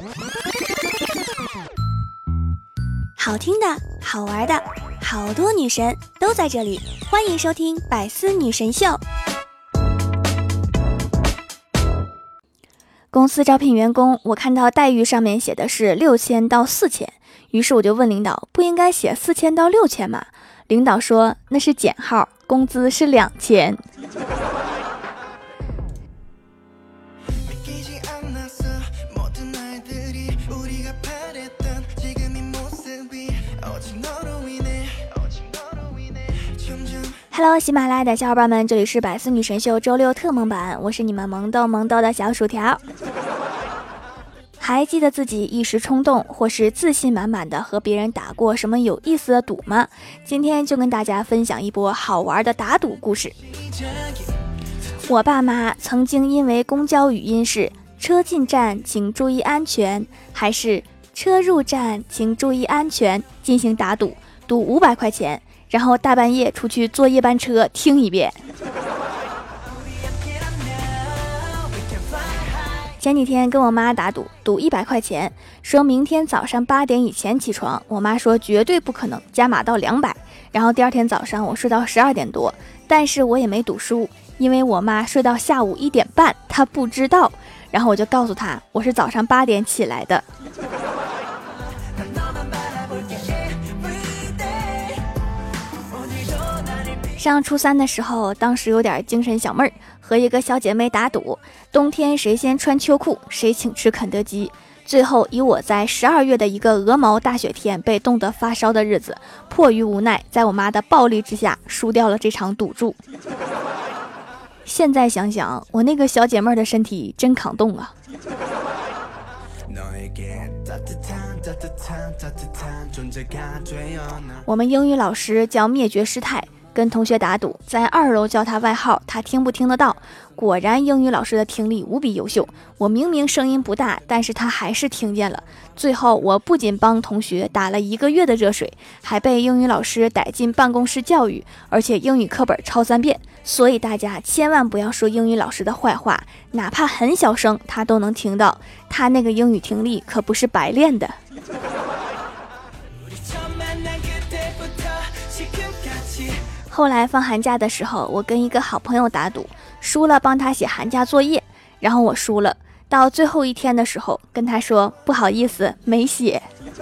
好听的，好玩的，好多女神都在这里，欢迎收听百思女神秀。公司招聘员工，我看到待遇上面写的是6000到4000，于是我就问领导，不应该写4000到6000吗？领导说那是减号，工资是2000。Hello， 喜马拉雅的小伙伴们，这里是百思女神秀周六特萌版，我是你们萌豆萌豆的小薯条。还记得自己一时冲动或是自信满满的和别人打过什么有意思的赌吗？今天就跟大家分享一波好玩的打赌故事。我爸妈曾经因为公交语音是车进站请注意安全还是车入站请注意安全进行打赌，赌500块钱，然后大半夜出去坐夜班车听一遍。前几天跟我妈打赌，赌100块钱，说明天早上8点以前起床。我妈说绝对不可能，加码到200。然后第二天早上我睡到12点多，但是我也没赌输，因为我妈睡到下午1点半，她不知道。然后我就告诉她，我是早上8点起来的。上初3的时候，当时有点精神小妹儿，和一个小姐妹打赌，冬天谁先穿秋裤谁请吃肯德基。最后以我在12月的一个鹅毛大雪天被冻得发烧的日子，迫于无奈，在我妈的暴力之下输掉了这场赌注。现在想想，我那个小姐妹儿的身体真抗冻啊。我们英语老师叫灭绝师太，跟同学打赌，在2楼叫他外号，他听不听得到。果然英语老师的听力无比优秀，我明明声音不大，但是他还是听见了。最后我不仅帮同学打了1个月的热水，还被英语老师逮进办公室教育，而且英语课本抄3遍。所以大家千万不要说英语老师的坏话，哪怕很小声他都能听到，他那个英语听力可不是白练的。后来放寒假的时候，我跟一个好朋友打赌，输了帮他写寒假作业，然后我输了，到最后一天的时候跟他说不好意思没写。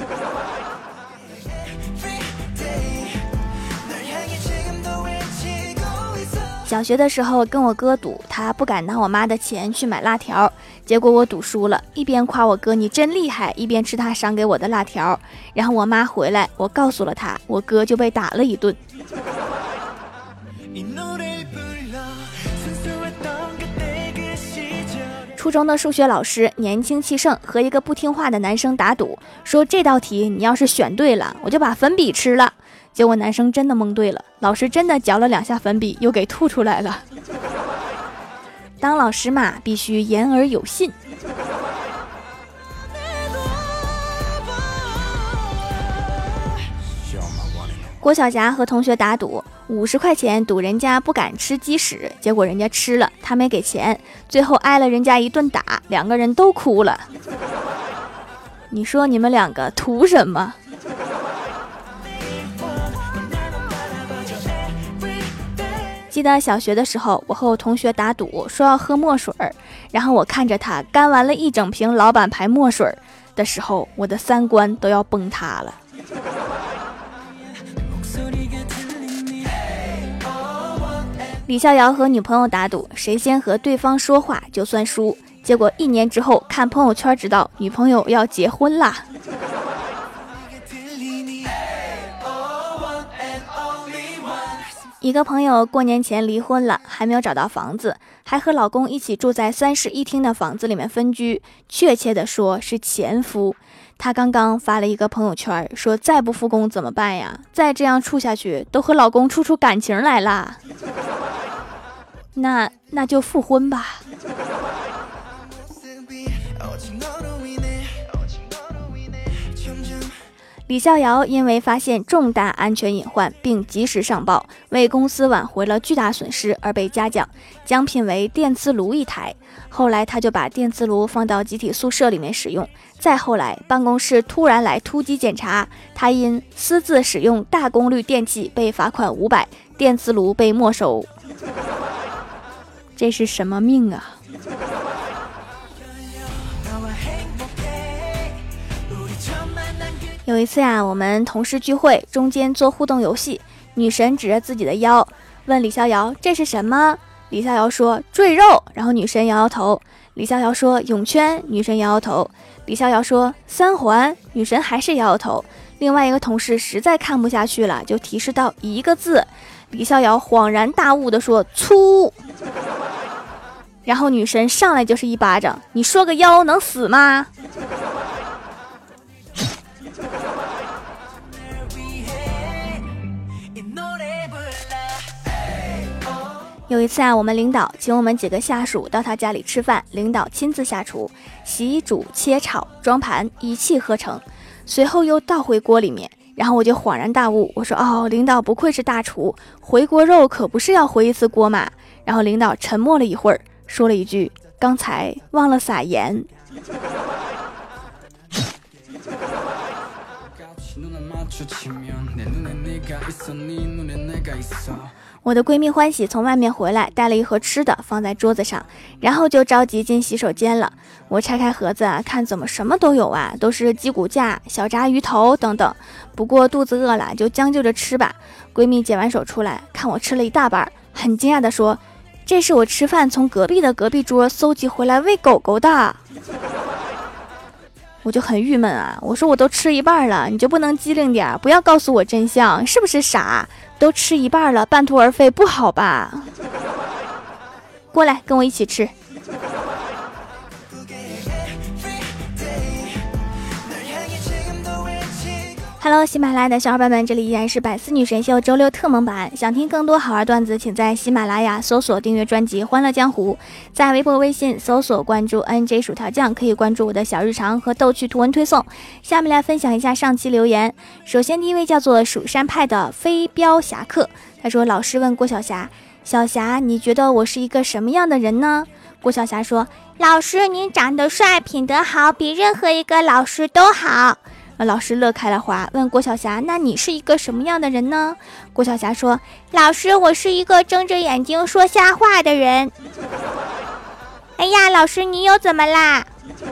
小学的时候跟我哥赌，他不敢拿我妈的钱去买辣条，结果我赌输了，一边夸我哥你真厉害，一边吃他赏给我的辣条。然后我妈回来，我告诉了他，我哥就被打了一顿。初中的数学老师年轻气盛，和一个不听话的男生打赌，说这道题你要是选对了，我就把粉笔吃了。结果男生真的蒙对了，老师真的嚼了2下粉笔，又给吐出来了。当老师嘛，必须言而有信。郭晓霞和同学打赌，50块钱赌人家不敢吃鸡屎，结果人家吃了，他没给钱，最后挨了人家一顿打，2个人都哭了。你说你们2个图什么？记得小学的时候，我和我同学打赌，说要喝墨水，然后我看着他干完了1整瓶老板牌墨水的时候，我的3观都要崩塌了。李逍遥和女朋友打赌，谁先和对方说话就算输，结果1年之后看朋友圈知道女朋友要结婚啦。一个朋友过年前离婚了，还没有找到房子，还和老公一起住在3室1厅的房子里面分居，确切的说是前夫。她刚刚发了一个朋友圈，说再不复工怎么办呀？再这样处下去，都和老公处出感情来啦。那就复婚吧。 李逍遥因为发现重大安全隐患并及时上报，为公司挽回了巨大损失而被嘉奖，奖品为电磁炉1台。后来他就把电磁炉放到集体宿舍里面使用。再后来办公室突然来突击检查，他因私自使用大功率电器被罚款500，电磁炉被没收。这是什么命啊？有一次我们同事聚会，中间做互动游戏，女神指着自己的腰问李逍遥这是什么，李逍遥说赘肉，然后女神摇摇头。李逍遥说泳圈，女神摇摇头。李逍遥说3环，女神还是摇摇头。另外一个同事实在看不下去了，就提示到1个字，李逍遥恍然大悟地说粗。然后女神上来就是一巴掌，你说个腰能死吗？有一次我们领导请我们几个下属到他家里吃饭，领导亲自下厨，洗煮切炒装盘，一气呵成，随后又倒回锅里面。然后我就恍然大悟，我说领导不愧是大厨，回锅肉可不是要回一次锅嘛。然后领导沉默了一会儿，说了一句刚才忘了撒盐。我的闺蜜欢喜从外面回来，带了一盒吃的放在桌子上，然后就着急进洗手间了。我拆开盒子看怎么什么都有都是鸡骨架、小炸鱼头等等。不过肚子饿了，就将就着吃吧。闺蜜解完手出来，看我吃了一大半，很惊讶地说：“这是我吃饭从隔壁的隔壁桌搜集回来喂狗狗的。”我就很郁闷我说我都吃一半了，你就不能机灵点，不要告诉我真相，是不是傻？都吃一半了，半途而废不好吧？过来跟我一起吃。Hello， 喜马拉雅的小伙伴们，这里依然是百思女神秀周六特蒙版。想听更多好玩段子，请在喜马拉雅搜索订阅专辑《欢乐江湖》，在微博、微信搜索关注 NJ 薯条酱，可以关注我的小日常和逗趣图文推送。下面来分享一下上期留言。首先第一位叫做蜀山派的飞镖侠客，他说：老师问郭晓霞，小霞，你觉得我是一个什么样的人呢？郭晓霞说：老师，您长得帅，品德好，比任何一个老师都好。老师乐开了花，问郭晓霞，那你是一个什么样的人呢？郭晓霞说：老师，我是一个睁着眼睛说瞎话的人。哎呀，老师你又怎么啦？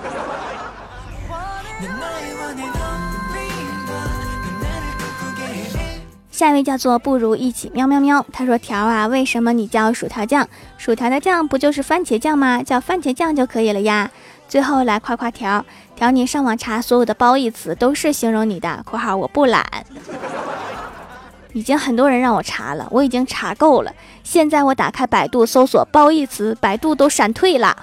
下一位叫做不如一起喵喵喵，他说：条为什么你叫薯条酱？薯条的酱不就是番茄酱吗？叫番茄酱就可以了呀。最后来夸夸条，你上网查所有的褒义词都是形容你的（括号我不懒）。已经很多人让我查了，我已经查够了。现在我打开百度搜索褒义词，百度都闪退了。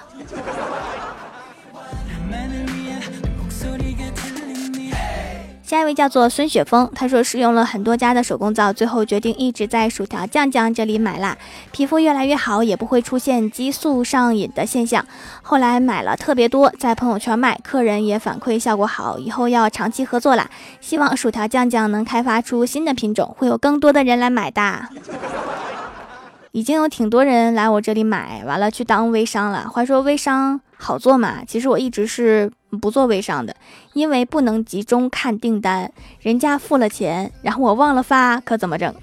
下一位叫做孙雪峰，他说试用了很多家的手工皂，最后决定一直在薯条酱酱这里买啦，皮肤越来越好，也不会出现激素上瘾的现象。后来买了特别多，在朋友圈卖，客人也反馈效果好，以后要长期合作啦。希望薯条酱酱能开发出新的品种，会有更多的人来买的。已经有挺多人来我这里买，完了去当微商了。话说微商好做嘛？其实我一直是不做微商的，因为不能集中看订单，人家付了钱，然后我忘了发，可怎么整？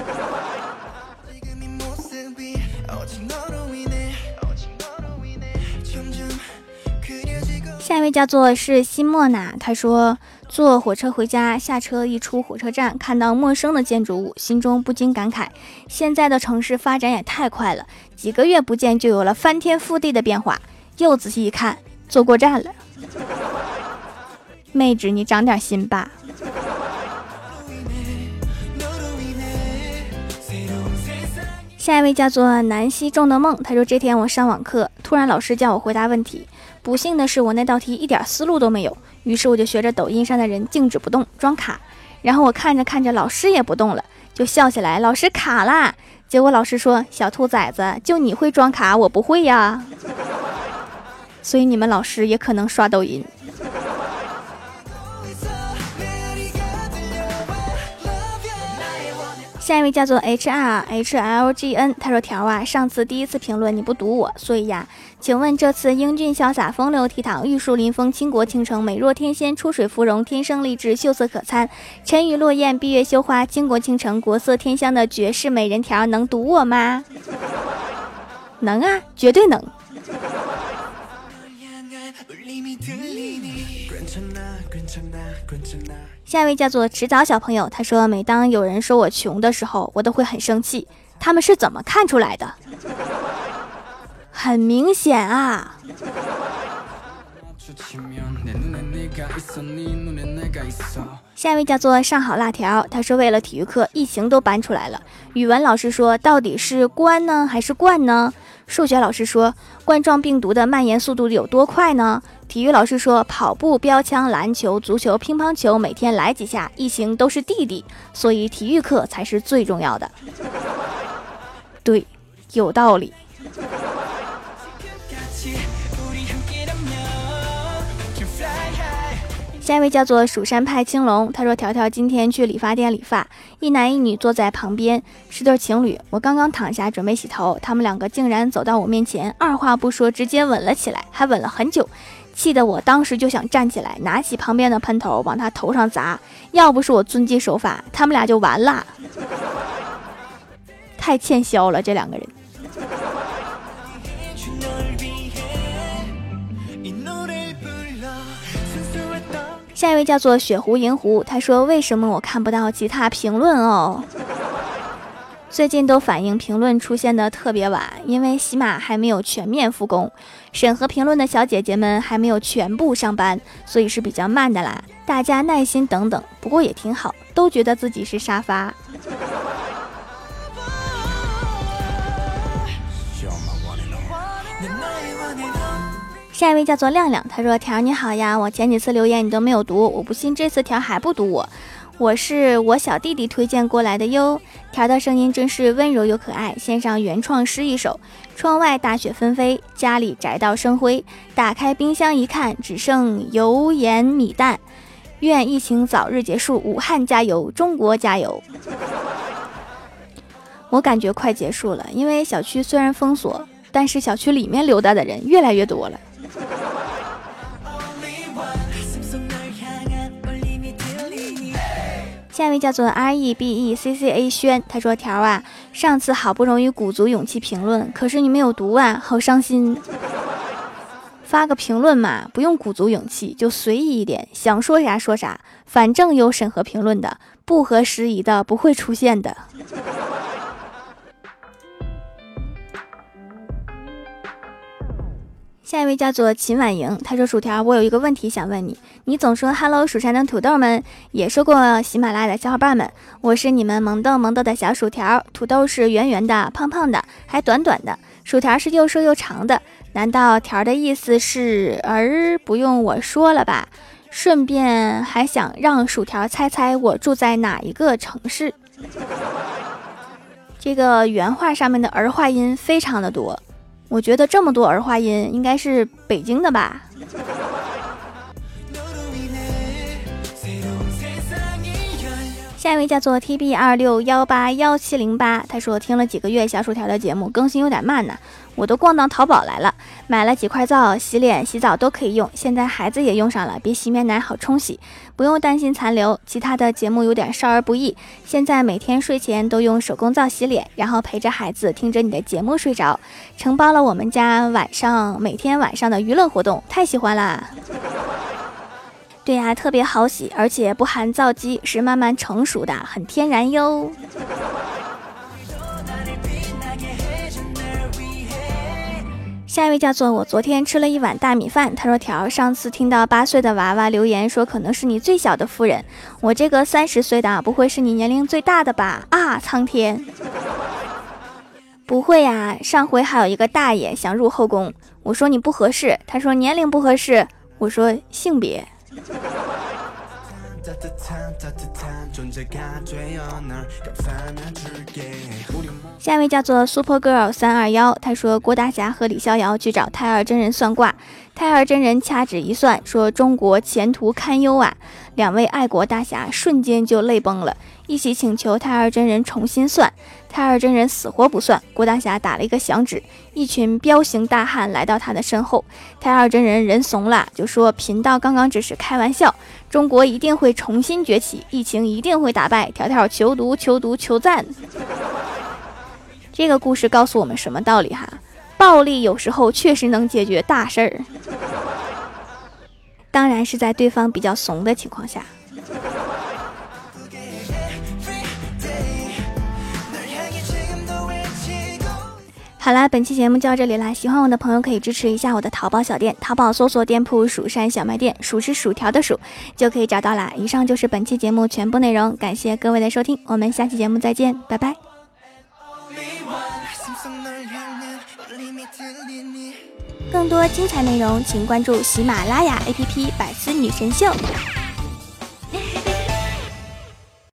下一位叫做是西莫娜，他说坐火车回家，下车一出火车站，看到陌生的建筑物，心中不禁感慨，现在的城市发展也太快了，几个月不见就有了翻天覆地的变化。又仔细一看，坐过站了。妹纸你长点心吧。下一位叫做南希种的梦，他说这天我上网课，突然老师叫我回答问题，不幸的是我那道题一点思路都没有，于是我就学着抖音上的人静止不动装卡，然后我看着看着老师也不动了，就笑起来，老师卡啦。结果老师说，小兔崽子，就你会装卡，我不会呀。所以你们老师也可能刷抖音。 下一位叫做 HRHLGN， 他说条啊，上次第一次评论你不读我，所以呀，请问这次英俊潇洒风流倜傥玉树临风倾国倾城美若天仙出水芙蓉天生丽质秀色可餐沉鱼落雁闭月羞花倾国倾城国色天香的绝世美人条能读我吗？能啊，绝对能。下一位叫做迟早小朋友，他说每当有人说我穷的时候，我都会很生气，他们是怎么看出来的？很明显啊。下一位叫做上好辣条，他说为了体育课疫情都搬出来了，语文老师说到底是关呢还是冠呢？数学老师说冠状病毒的蔓延速度有多快呢？体育老师说跑步标枪篮球足球乒乓球每天来几下，疫情都是弟弟，所以体育课才是最重要的。对，有道理。下一位叫做蜀山派青龙，他说条条今天去理发店理发，一男一女坐在旁边，是对情侣。我刚刚躺下准备洗头，他们两个竟然走到我面前，二话不说直接吻了起来，还吻了很久，气得我当时就想站起来拿起旁边的喷头往他头上砸，要不是我遵纪守法，他们俩就完了。太欠削了这两个人。下一位叫做雪狐银狐，他说为什么我看不到其他评论哦？最近都反映评论出现的特别晚，因为喜马还没有全面复工，审核评论的小姐姐们还没有全部上班，所以是比较慢的啦，大家耐心等等，不过也挺好，都觉得自己是沙发。下一位叫做亮亮，他说条你好呀，我前几次留言你都没有读，我不信这次条还不读我是我小弟弟推荐过来的哟。条的声音真是温柔又可爱，献上原创诗一首。窗外大雪纷飞，家里宅道生灰，打开冰箱一看，只剩油盐米蛋，愿疫情早日结束，武汉加油，中国加油。我感觉快结束了，因为小区虽然封锁，但是小区里面溜达的人越来越多了。下一位叫做 REBECCA 轩，他说条啊，上次好不容易鼓足勇气评论，可是你没有读啊，好伤心。发个评论嘛，不用鼓足勇气，就随意一点，想说啥说啥，反正有审核评论的，不合时宜的不会出现的。下一位叫做秦婉莹，他说薯条，我有一个问题想问你，你总说 Hello 蜀山的土豆们，也说过喜马拉雅的小伙伴们，我是你们萌豆萌豆的小薯条，土豆是圆圆的胖胖的还短短的，薯条是又瘦又长的，难道条的意思是不用我说了吧？顺便还想让薯条猜猜我住在哪一个城市。这个原话上面的儿化音非常的多，我觉得这么多儿化音应该是北京的吧。下一位叫做 TB26181708，他说听了几个月小薯条的节目，更新有点慢呢，我都逛到淘宝来了，买了几块皂，洗脸洗澡都可以用，现在孩子也用上了，比洗面奶好冲洗，不用担心残留，其他的节目有点少儿不宜，现在每天睡前都用手工皂洗脸，然后陪着孩子听着你的节目睡着，承包了我们家每天晚上的娱乐活动，太喜欢啦。对呀，特别好洗，而且不含皂基，是慢慢成熟的，很天然哟。下一位叫做我昨天吃了一碗大米饭，他说条，上次听到8岁的娃娃留言说可能是你最小的夫人，我这个30岁的不会是你年龄最大的吧？啊，苍天！不会呀，上回还有一个大爷想入后宫，我说你不合适，他说年龄不合适，我说性别。下一位叫做 Super Girl 321，他说郭大侠和李逍遥去找胎儿真人算卦， 胎儿真人掐指一算，说中国前途堪忧啊！两位爱国大侠瞬间就泪崩了，一起请求胎儿真人重新算。胎儿真人死活不算，郭大侠打了一个响指，一群彪形大汉来到他的身后。胎儿真人人怂了，就说贫道刚刚只是开玩笑，中国一定会重新崛起，疫情一定会打败，条条求读求读求赞。这个故事告诉我们什么道理哈？暴力有时候确实能解决大事儿，当然是在对方比较怂的情况下。好啦，本期节目就到这里啦！喜欢我的朋友可以支持一下我的淘宝小店，淘宝搜索店铺蜀山小卖店，蜀是薯条的蜀，就可以找到啦。以上就是本期节目全部内容，感谢各位的收听，我们下期节目再见，拜拜。更多精彩内容请关注喜马拉雅 APP 百思女神秀。